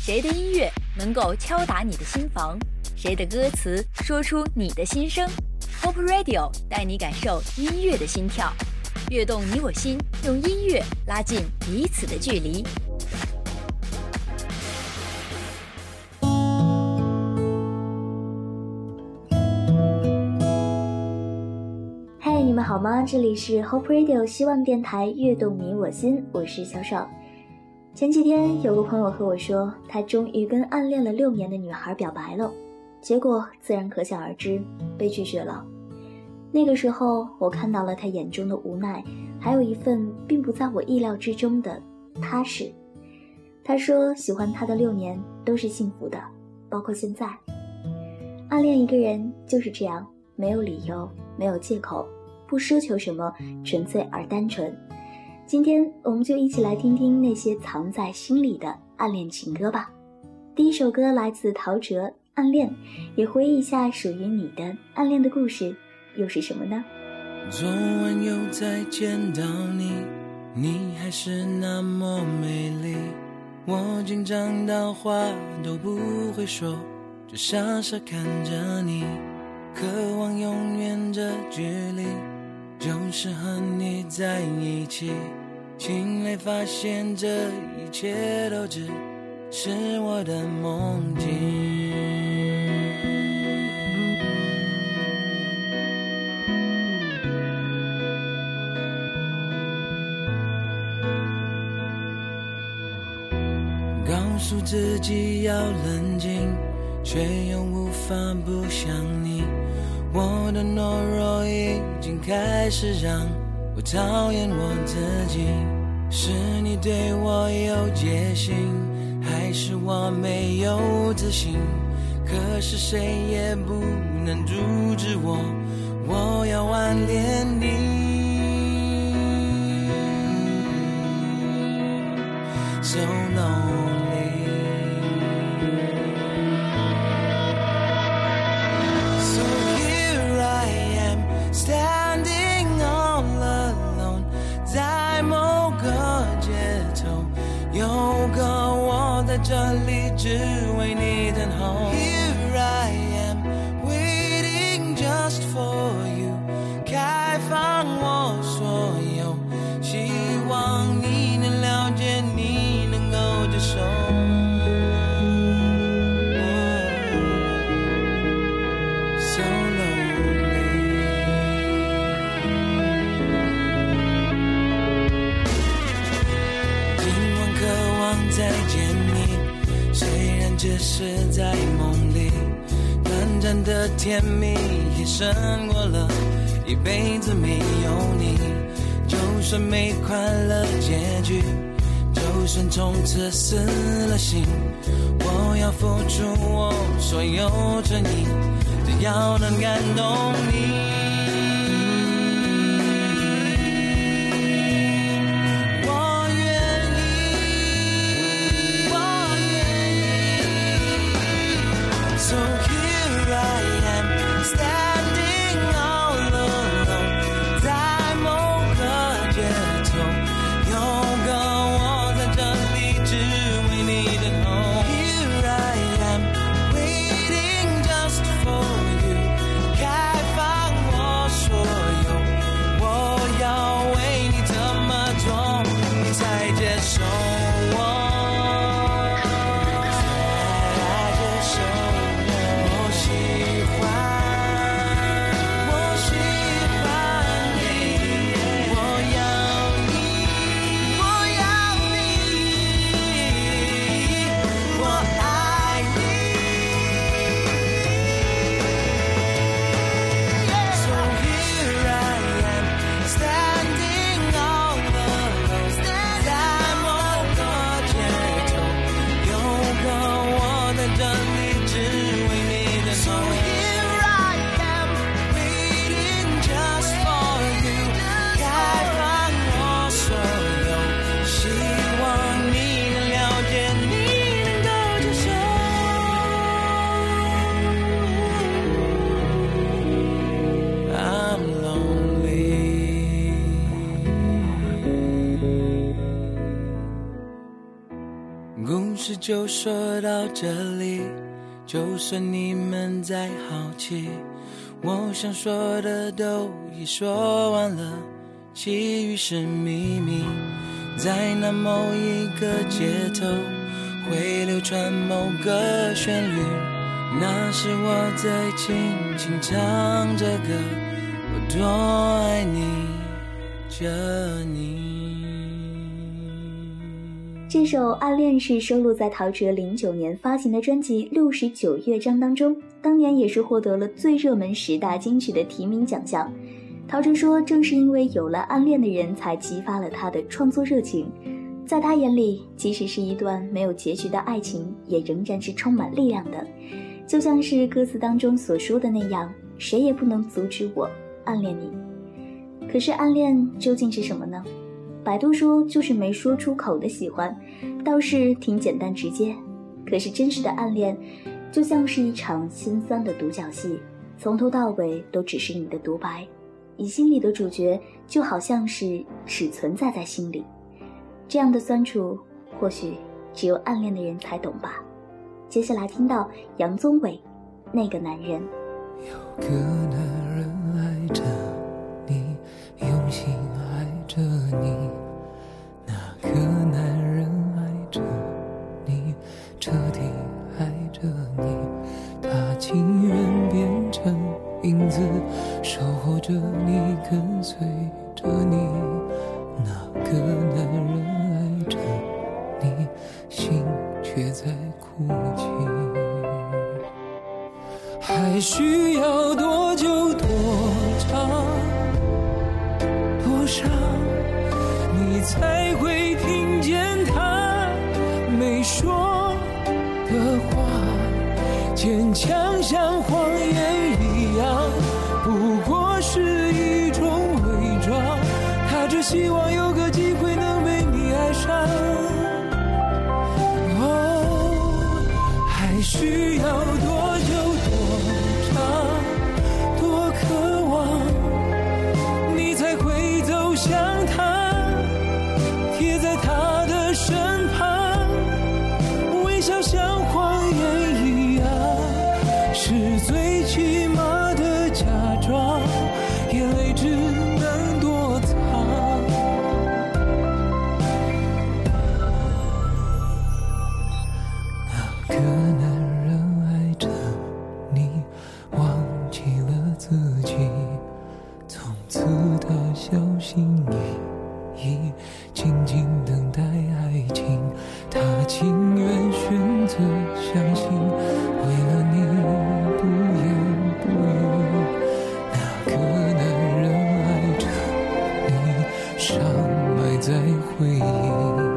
谁的音乐能够敲打你的心房，谁的歌词说出你的心声。 Hope Radio 带你感受音乐的心跳，跃动你我心，用音乐拉近彼此的距离。 嗨，你们好吗？这里是 Hope Radio 希望电台，跃动你我心，我是小爽。前几天有个朋友和我说，他终于跟暗恋了6年的女孩表白了，结果自然可想而知，被拒绝了。那个时候我看到了他眼中的无奈，还有一份并不在我意料之中的踏实。他说喜欢他的6年都是幸福的，包括现在。暗恋一个人就是这样，没有理由，没有借口，不奢求什么，纯粹而单纯。今天我们就一起来听听那些藏在心里的暗恋情歌吧。第一首歌来自陶喆《暗恋》，也回忆一下属于你的暗恋的故事又是什么呢？ 昨晚又再见到你，你还是那么美丽，我紧张到话都不会说，只傻傻看着你，渴望永远这距离就是和你在一起，醒来发现这一切都只是我的梦境。告诉自己要冷静，却又无法不想你，我的懦弱已经开始让我讨厌我自己，是你对我有戒心，还是我没有自信？可是谁也不能阻止我，我要暗恋你。So lonely, so here I am standing all alone， 在某个街头，有个我在这里只为你等候。Here I am waiting just for you， 开放我所有，希望你能了解，你能够接受。So lonely， 今晚渴望再见你，虽然只是在梦里，短暂的甜蜜也胜过了一辈子没有你。就算没快乐结局，就算从此死了心，我要付出我所有诚意，只要能感动你。So here I am standing all alone， 在某个街头，有个我在这里只为你等候。Here I am waiting just for you， 开放我事就说到这里，就算你们再好奇，我想说的都已说完了，其余是秘密。在那某一个街头会流传某个旋律，那是我在轻轻唱着歌，我多爱你着你。 这首《暗恋》是收录在陶喆09年发行的专辑《69乐章》当中，当年也是获得了最热门10大金曲的提名奖项。陶喆说，正是因为有了暗恋的人，才激发了他的创作热情。在他眼里，即使是一段没有结局的爱情，也仍然是充满力量的。就像是歌词当中所说的那样，谁也不能阻止我暗恋你。可是暗恋究竟是什么呢？百度说就是没说出口的喜欢，倒是挺简单直接。可是真实的暗恋就像是一场心酸的独角戏，从头到尾都只是你的独白，你心里的主角就好像是只存在在心里。这样的酸楚或许只有暗恋的人才懂吧。接下来听到杨宗纬那个男人。 有个男人爱着你，用心爱着你，那个男人爱着你，彻底爱着你，他情愿变成影子，守候着你，跟随着你，那个男人爱着你，心却在哭泣。还需要多久多长多少，你才会听见他没说的话，坚强像谎言一样，不过是一种伪装，他只希望有个机会能被你爱上。还需要多久多长多渴望，你才会走向他，贴在他的身旁，微笑像谎言一样，是最起码的假装，眼泪只能躲藏。那个男人爱着你，忘记了自己，从此他小心翼翼，静静等待爱情，他情愿选择相信，为了你不言不语。那个男人爱着你，伤埋在回忆，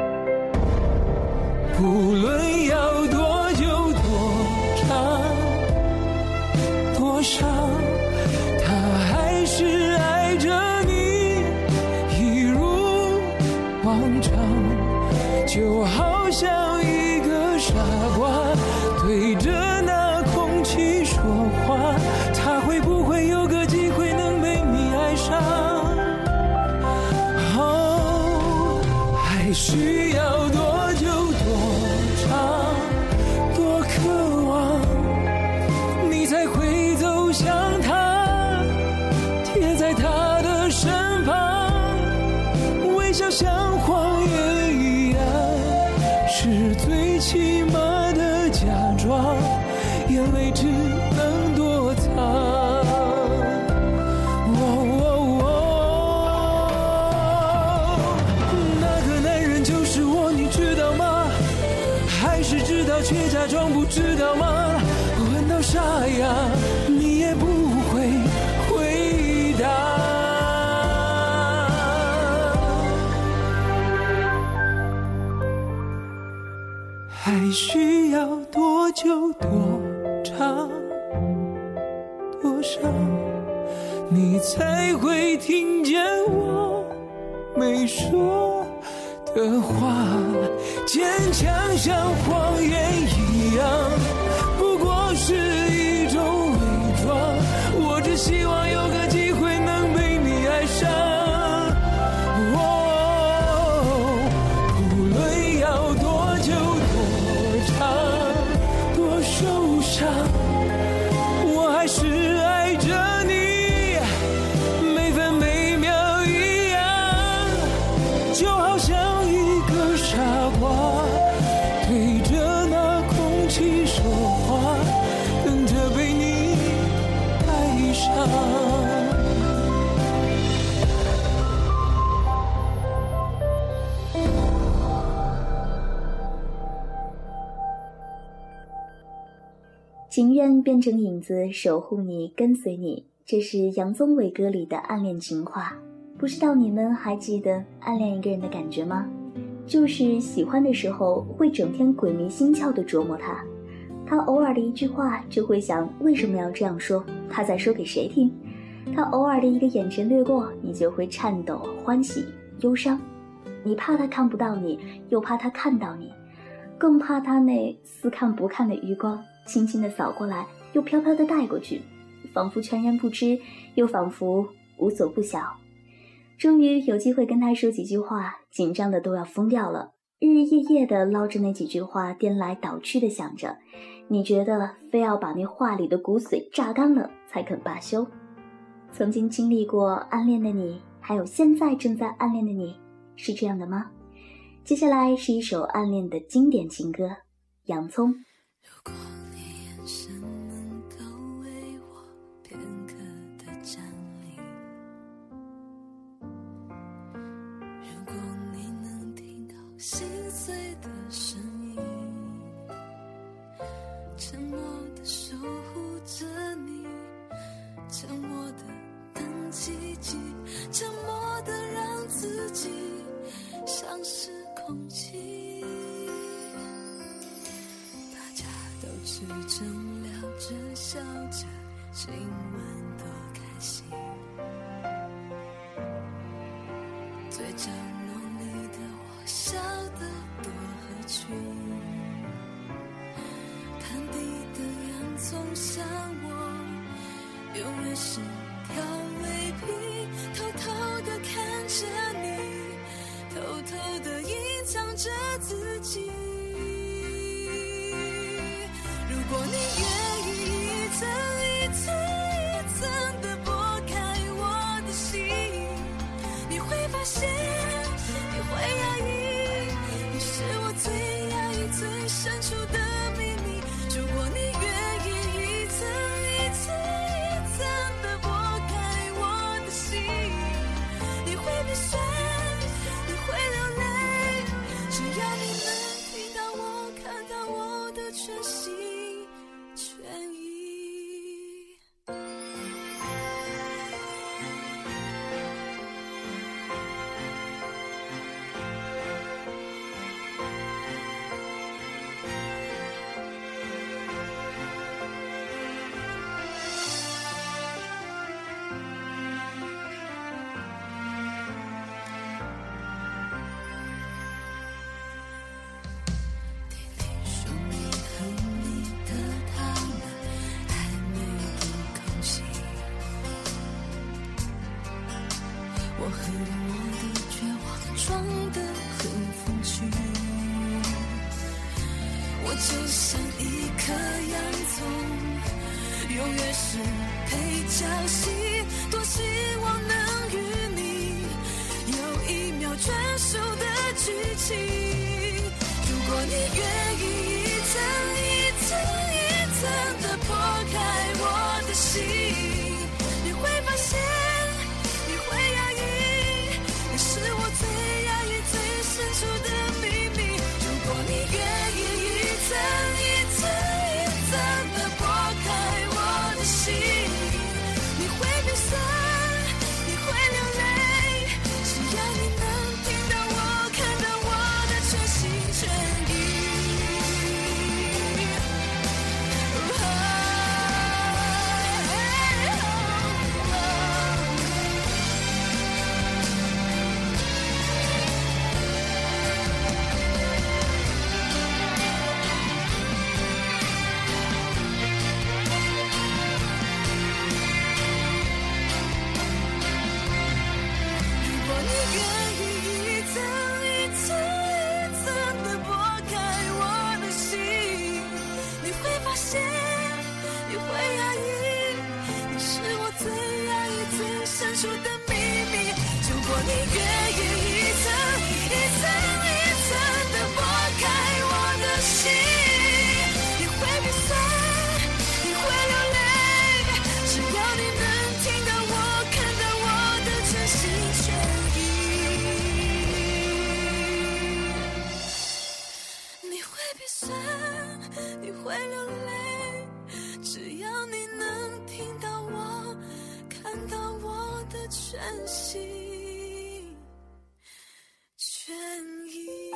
不论要多久多长多少，他还是爱着你，一如往常，就好像一个傻瓜对着那空气说话，他会不会有个机会能被你爱上？还需要多久多长多渴望，你才会走向他，贴在他的身旁，微笑像谎言一样，是最起码的假装，眼泪只能躲藏。那个男人就是我，你知道吗？还是知道却假装不知道吗？问到沙哑，你也不会回答。还需要多久多长多少，你才会听见我没说的话，坚强像谎言一样，不过是一种伪装，我只希望有个机会能被你爱上。不论要多久多情愿变成影子守护你跟随你，这是杨宗纬歌里的暗恋情话。不知道你们还记得暗恋一个人的感觉吗？就是喜欢的时候会整天鬼迷心窍地琢磨他，他偶尔的一句话就会想为什么要这样说，他在说给谁听，他偶尔的一个眼神掠过，你就会颤抖、欢喜、忧伤。你怕他看不到你，又怕他看到你，更怕他那似看不看的余光轻轻地扫过来，又飘飘地带过去，仿佛全然不知，又仿佛无所不晓。终于有机会跟他说几句话，紧张的都要疯掉了，日日夜夜的捞着那几句话，颠来倒去的想着，你觉得非要把那话里的骨髓榨干了才肯罢休。曾经经历过暗恋的你，还有现在正在暗恋的你，是这样的吗？接下来是一首暗恋的经典情歌《洋葱》。 如果你眼神能够为我片刻的占领，如果你能听到心碎的声音，沉默的守护着你，沉默的等奇迹，沉默的让自己像是空气。大家都吃着聊着笑着，亲吻多开心，嘴角落里的我笑得多合群，盘底的洋葱像我永远是条尾皮，偷偷地看着你，偷偷地隐藏着自己。如果你愿意一层一层一层地剥开我的心，你会发现你会压抑，你是我最压抑最深处的秘密。如果你愿意一层一层一层地剥开我的心，你会鼻酸，你会流泪，只要你能听到我看到我的全心全意。我和我的绝望装得很风趣，我就像一颗洋葱，永远是配角戏，多希望能与你有一秒专属的剧情。如果你愿意一层一层一层地剥开我的心，你会发现你会压抑，你是我最压抑最深处的秘密。如果你愿意一层一层一层地剥开我的心，你会鼻酸，你会流泪，只要你能听到我看到我的全心全意。 真心全意。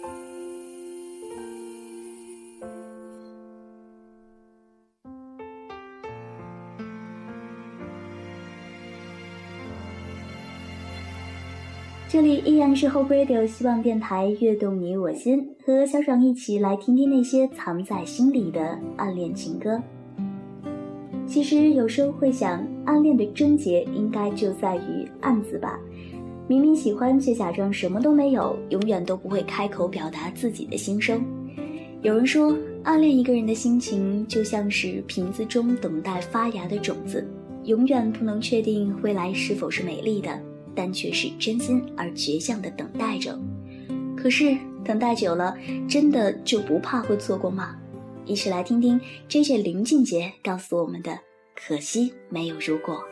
这里依然是 Hope Radio 希望电台，悦动你我心，和小爽一起来听听那些藏在心里的暗恋情歌。其实有时候会想，暗恋的症结应该就在于暗字吧。明明喜欢却假装什么都没有，永远都不会开口表达自己的心声。有人说，暗恋一个人的心情就像是瓶子中等待发芽的种子，永远不能确定未来是否是美丽的，但却是真心而倔强地等待着。可是等待久了，真的就不怕会错过吗？一起来听听 JJ 林俊杰告诉我们的可惜没有如果。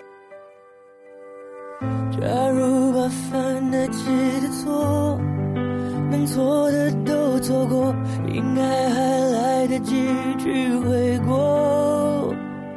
假如把犯得起的错，能错的都错过，应该还来得及去悔过。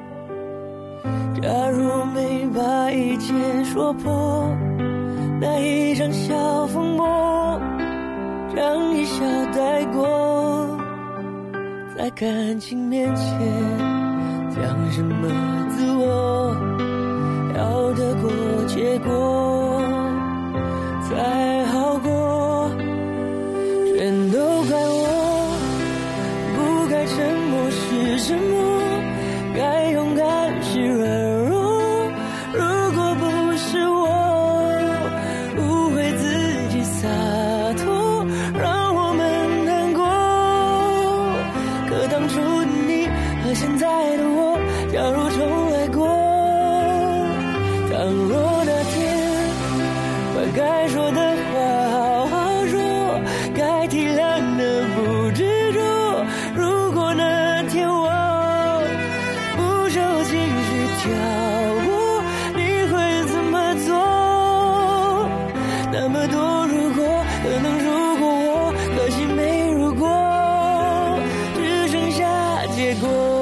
假如没把一切说破，那一场小风波让一笑带过，在感情面前讲什么自我，要得过且过才好过。全都怪我，不该沉默是沉默，该勇敢是软弱。如果不是我误会自己洒脱，让我们难过。可当初的你和现在的我，假如重来过，倘若那天把该说的话好好说，该体谅的不执着。如果那天我不受情绪挑拨，你会怎么做？那么多如果，可能如果我，可惜没如果，只剩下结果。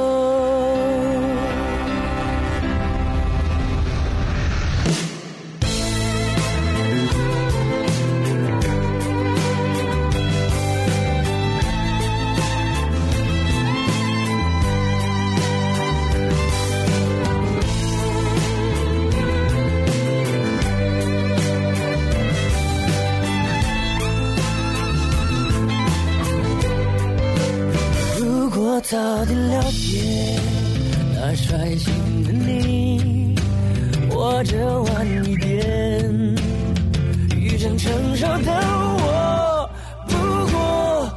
早点了解那率性的你，或者晚一点遇上成熟的我。不过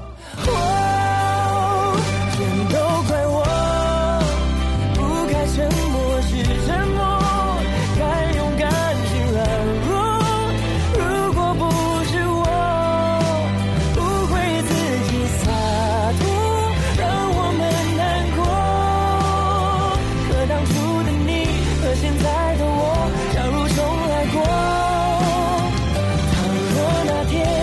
全都怪我，不该沉默是沉默，该勇敢是软弱。如果不是我误会自己洒脱，现在的我，假如重来过，倘若那天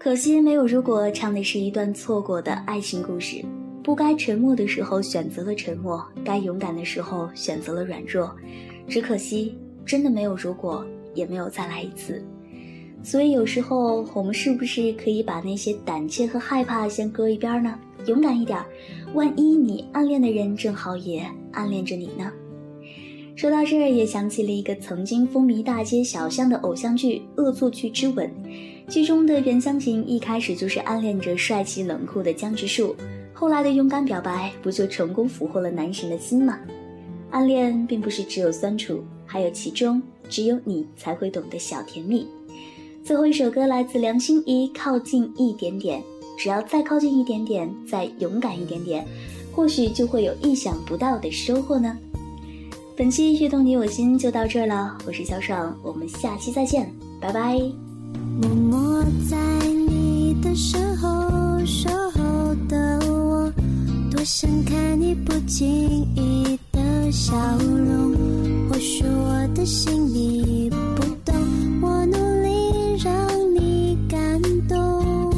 可惜没有如果唱的是一段错过的爱情故事，不该沉默的时候选择了沉默，该勇敢的时候选择了软弱，只可惜真的没有如果，也没有再来一次。所以有时候我们是不是可以把那些胆怯和害怕先搁一边呢？勇敢一点，万一你暗恋的人正好也暗恋着你呢？说到这儿，也想起了一个曾经风靡大街小巷的偶像剧《恶作剧之吻》，剧中的袁湘琴一开始就是暗恋着帅气冷酷的江直树，后来的勇敢表白不就成功俘获了男神的心吗？暗恋并不是只有酸楚，还有其中只有你才会懂的小甜蜜。最后一首歌来自梁心颐，靠近一点点，只要再靠近一点点，再勇敢一点点，或许就会有意想不到的收获呢。本期悦动你我心就到这儿了，我是小爽，我们下期再见，拜拜。 默默在你的身后守候的我，多想看你不经意的笑容，或许我的心你不懂，我努力让你感动。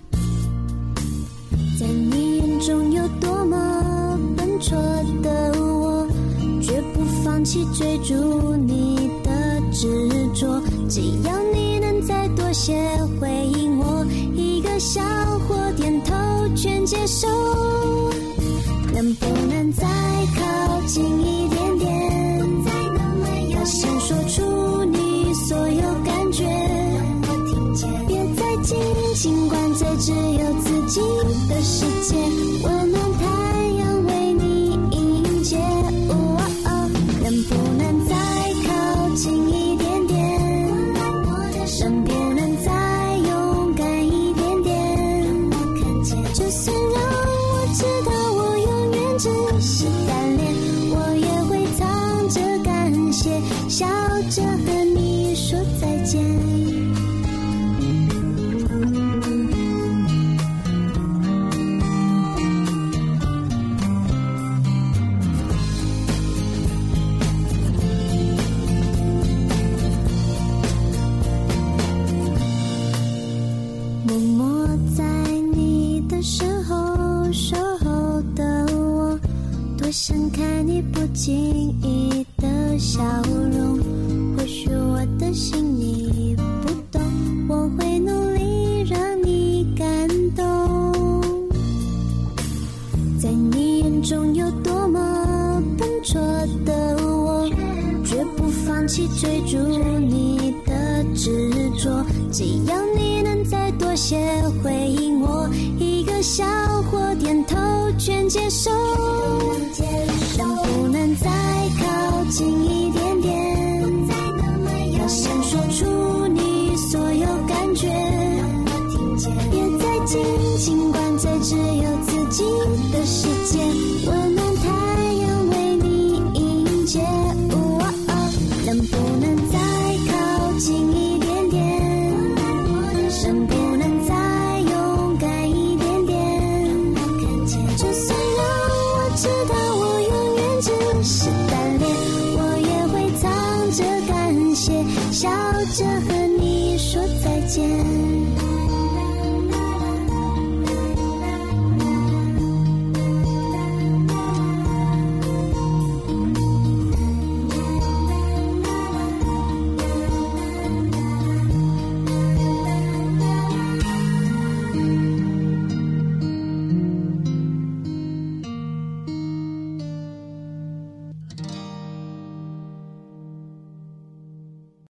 在你眼中有多么笨拙的我，绝不放弃追逐你的执着，只要你能再多些回应我，一个笑或点头全接受。能不能再靠近一点点，大声说出你所有感觉，别再紧紧关在只有自己的世界，温暖太阳为你迎接。能不能再靠近一点点，能不能再勇敢一点点，就算让我知道我永远只是单恋，我也会藏着感谢，笑着和你说再见。默默在你的身后守候的我，多想看你不经意的笑容，或许我的心你不懂，我会努力让你感动。在你眼中有多么笨拙的我，绝不放弃追逐你的执着，只要你能再多些回应我，一个笑或点头全接受。能不能再靠近一